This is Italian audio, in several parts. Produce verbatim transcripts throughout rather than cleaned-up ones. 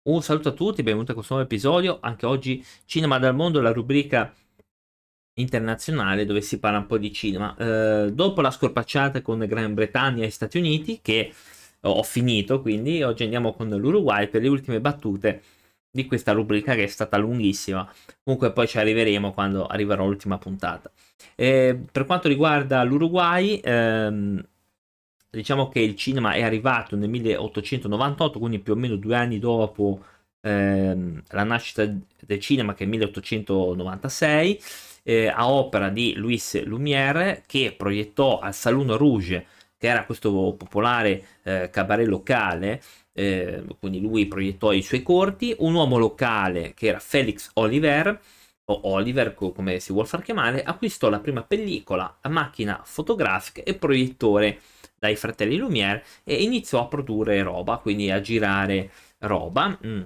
Un saluto a tutti, benvenuti a questo nuovo episodio. Anche oggi Cinema dal mondo, la rubrica internazionale dove si parla un po' di cinema. Eh, dopo la scorpacciata con Gran Bretagna e Stati Uniti, che ho finito, quindi oggi andiamo con l'Uruguay per le ultime battute di questa rubrica che è stata lunghissima. Comunque poi ci arriveremo quando arriverà l'ultima puntata. Eh, per quanto riguarda l'Uruguay, ehm, diciamo che il cinema è arrivato nel milleottocentonovantotto, quindi più o meno due anni dopo ehm, la nascita del cinema, che è milleottocentonovantasei, eh, a opera di Louis Lumière, che proiettò al Saloon Rouge, che era questo popolare eh, cabaret locale. Eh, quindi lui proiettò i suoi corti, un uomo locale che era Félix Oliver, o Oliver come si vuol far chiamare, acquistò la prima pellicola a macchina fotografica e proiettore dai fratelli Lumière e iniziò a produrre roba, quindi a girare roba. Mm.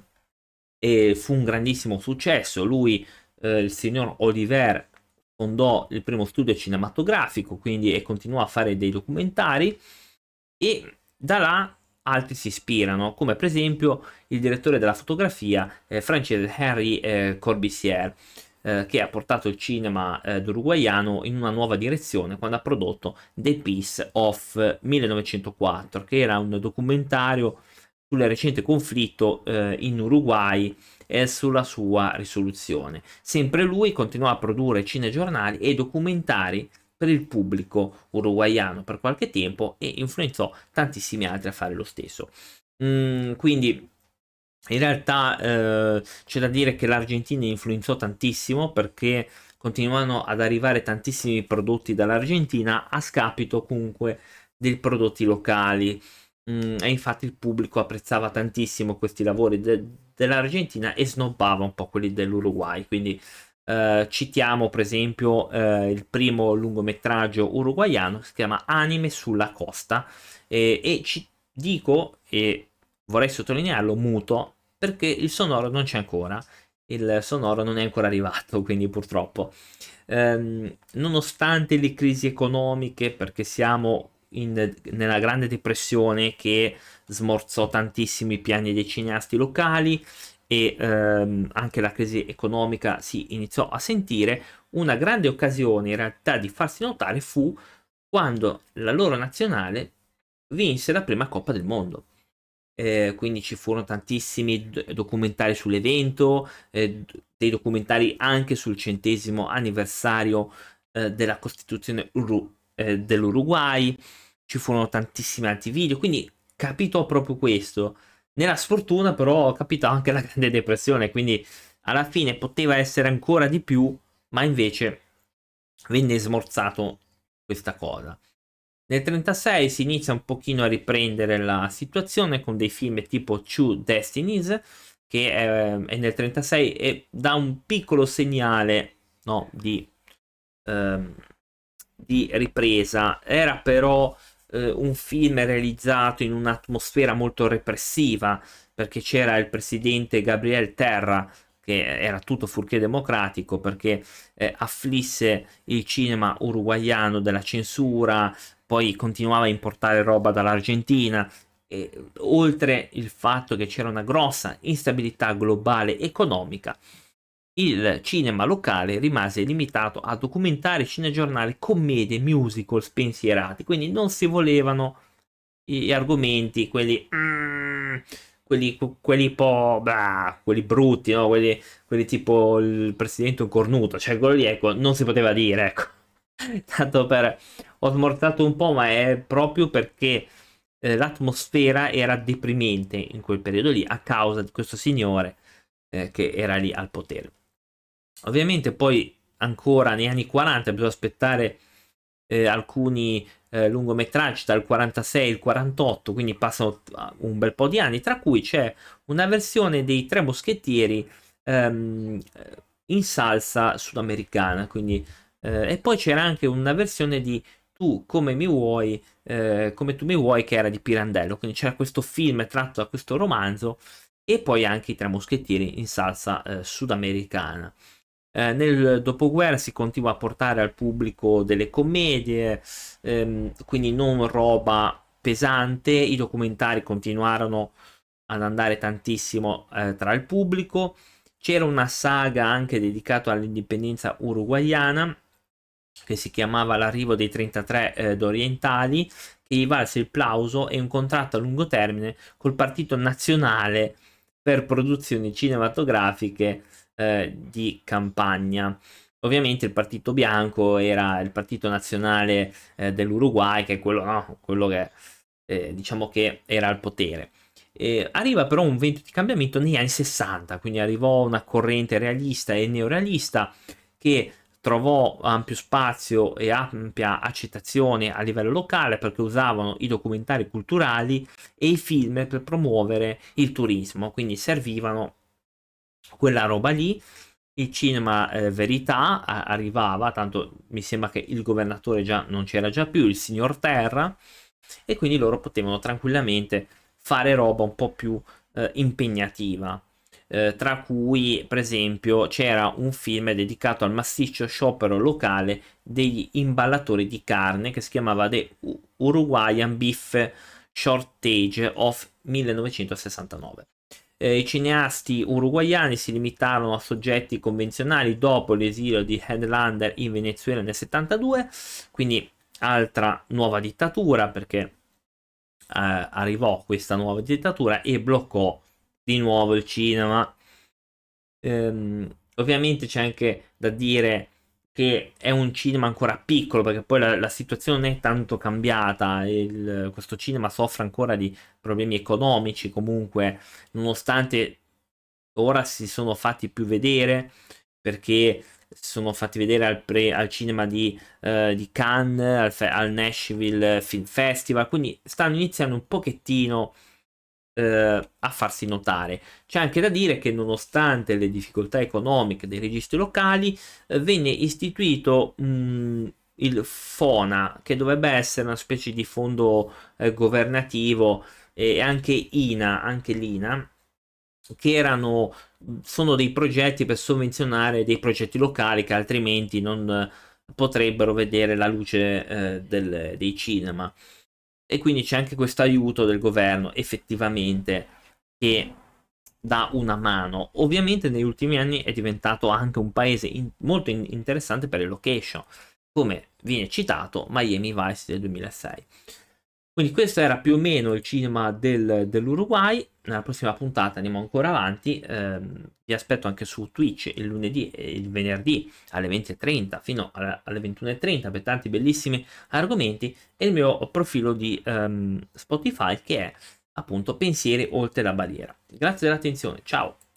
E fu un grandissimo successo. Lui, eh, il signor Oliver, fondò il primo studio cinematografico, quindi e continuò a fare dei documentari, e da là altri si ispirano, come per esempio il direttore della fotografia eh, francese Henri eh, Corbusier, eh, che ha portato il cinema eh, uruguaiano in una nuova direzione quando ha prodotto The Peace of millenovecentoquattro, che era un documentario sul recente conflitto eh, in Uruguay e sulla sua risoluzione. Sempre lui continuò a produrre cinegiornali e documentari per il pubblico uruguaiano per qualche tempo e influenzò tantissimi altri a fare lo stesso. Mm, quindi in realtà eh, c'è da dire che l'Argentina influenzò tantissimo, perché continuano ad arrivare tantissimi prodotti dall'Argentina a scapito comunque dei prodotti locali. Mm, e infatti il pubblico apprezzava tantissimo questi lavori de- dell'Argentina e snobbava un po' quelli dell'Uruguay. Quindi eh, citiamo per esempio eh, il primo lungometraggio uruguaiano, che si chiama Anime sulla costa, e, e ci dico, e vorrei sottolinearlo, muto, perché il sonoro non c'è ancora, il sonoro non è ancora arrivato, quindi purtroppo. Ehm, nonostante le crisi economiche, perché siamo in- nella grande depressione che smorzò tantissimi piani dei cineasti locali, e ehm, anche la crisi economica si iniziò a sentire, una grande occasione in realtà di farsi notare fu quando la loro nazionale vinse la prima Coppa del Mondo. Eh, quindi ci furono tantissimi d- documentari sull'evento, eh, d- dei documentari anche sul centesimo anniversario eh, della Costituzione Uru- eh, dell'Uruguay. Ci furono tantissimi altri video, quindi capitò proprio questo. Nella sfortuna però capitò anche la Grande Depressione, quindi alla fine poteva essere ancora di più, ma invece venne smorzato questa cosa. Nel trentasei si inizia un pochino a riprendere la situazione con dei film tipo Two Destinies, che è, è nel trentasei e dà un piccolo segnale, no, di, ehm, di ripresa. Era però eh, un film realizzato in un'atmosfera molto repressiva, perché c'era il presidente Gabriel Terra, che era tutto fuorché democratico, perché eh, afflisse il cinema uruguaiano della censura, poi continuava a importare roba dall'Argentina. E, oltre il fatto che c'era una grossa instabilità globale economica, il cinema locale rimase limitato a documentari, cinegiornali, commedie, musical spensierati, quindi non si volevano gli argomenti, quelli, mm, quelli, quelli un po', bah, quelli brutti, no? Quelli, quelli tipo il presidente un cornuto, cioè quello lì, ecco, non si poteva dire, ecco. Tanto per... Ho smorzato un po', ma è proprio perché eh, l'atmosfera era deprimente in quel periodo lì, a causa di questo signore eh, che era lì al potere. Ovviamente poi ancora negli anni quaranta bisogna aspettare eh, alcuni eh, lungometraggi dal quarantasei al quarantotto, quindi passano ah, un bel po' di anni, tra cui c'è una versione dei Tre Moschettieri ehm, in salsa sudamericana, quindi, eh, e poi c'era anche una versione di Tu come mi vuoi, eh, come tu mi vuoi, che era di Pirandello, quindi c'era questo film tratto da questo romanzo, e poi anche i Tre Moschettieri in salsa eh, sudamericana. Eh, nel dopoguerra si continua a portare al pubblico delle commedie, ehm, quindi non roba pesante. I documentari continuarono ad andare tantissimo eh, tra il pubblico. C'era una saga anche dedicata all'indipendenza uruguaiana che si chiamava L'arrivo dei trentatré eh, d'Orientali, che gli valse il plauso e un contratto a lungo termine col Partito Nazionale per produzioni cinematografiche eh, di campagna. Ovviamente il partito bianco era il partito nazionale eh, dell'Uruguay, che è quello, no? Quello che eh, diciamo che era al potere. Eh, arriva però un vento di cambiamento negli anni sessanta, quindi arrivò una corrente realista e neorealista che trovò ampio spazio e ampia accettazione a livello locale perché usavano i documentari culturali e i film per promuovere il turismo, quindi servivano quella roba lì. Il cinema eh, verità a- arrivava, tanto mi sembra che il governatore già non c'era già più, il signor Terra, e quindi loro potevano tranquillamente fare roba un po' più eh, impegnativa. Eh, tra cui, per esempio, c'era un film dedicato al massiccio sciopero locale degli imballatori di carne che si chiamava The Uruguayan Beef Shortage of millenovecentosessantanove. Eh, I cineasti uruguaiani si limitarono a soggetti convenzionali dopo l'esilio di Headlander in Venezuela nel settantadue, quindi altra nuova dittatura perché eh, arrivò questa nuova dittatura e bloccò di nuovo il cinema. Ehm, ovviamente c'è anche da dire che è un cinema ancora piccolo perché poi la, la situazione non è tanto cambiata, il- questo cinema soffre ancora di problemi economici comunque, nonostante ora si sono fatti più vedere perché si sono fatti vedere al, pre- al cinema di, eh, di Cannes, al, fe- al Nashville Film Festival, quindi stanno iniziando un pochettino eh, a farsi notare. C'è anche da dire che nonostante le difficoltà economiche dei registi locali, eh, venne istituito mh, il FONA, che dovrebbe essere una specie di fondo eh, governativo, e anche INA, anche l'INA, che erano, sono dei progetti per sovvenzionare dei progetti locali che altrimenti non eh, potrebbero vedere la luce eh, del- dei cinema. E quindi c'è anche questo aiuto del governo effettivamente che dà una mano. Ovviamente negli ultimi anni è diventato anche un paese in- molto in- interessante per le location, come viene citato Miami Vice del duemilasei. Quindi questo era più o meno il cinema del- dell'Uruguay. Nella prossima puntata andiamo ancora avanti. Ehm, vi aspetto anche su Twitch il lunedì e il venerdì alle venti e trenta fino alla- alle ventuno e trenta per tanti bellissimi argomenti e il mio profilo di ehm, Spotify che è appunto Pensieri oltre la barriera. Grazie dell'attenzione, ciao!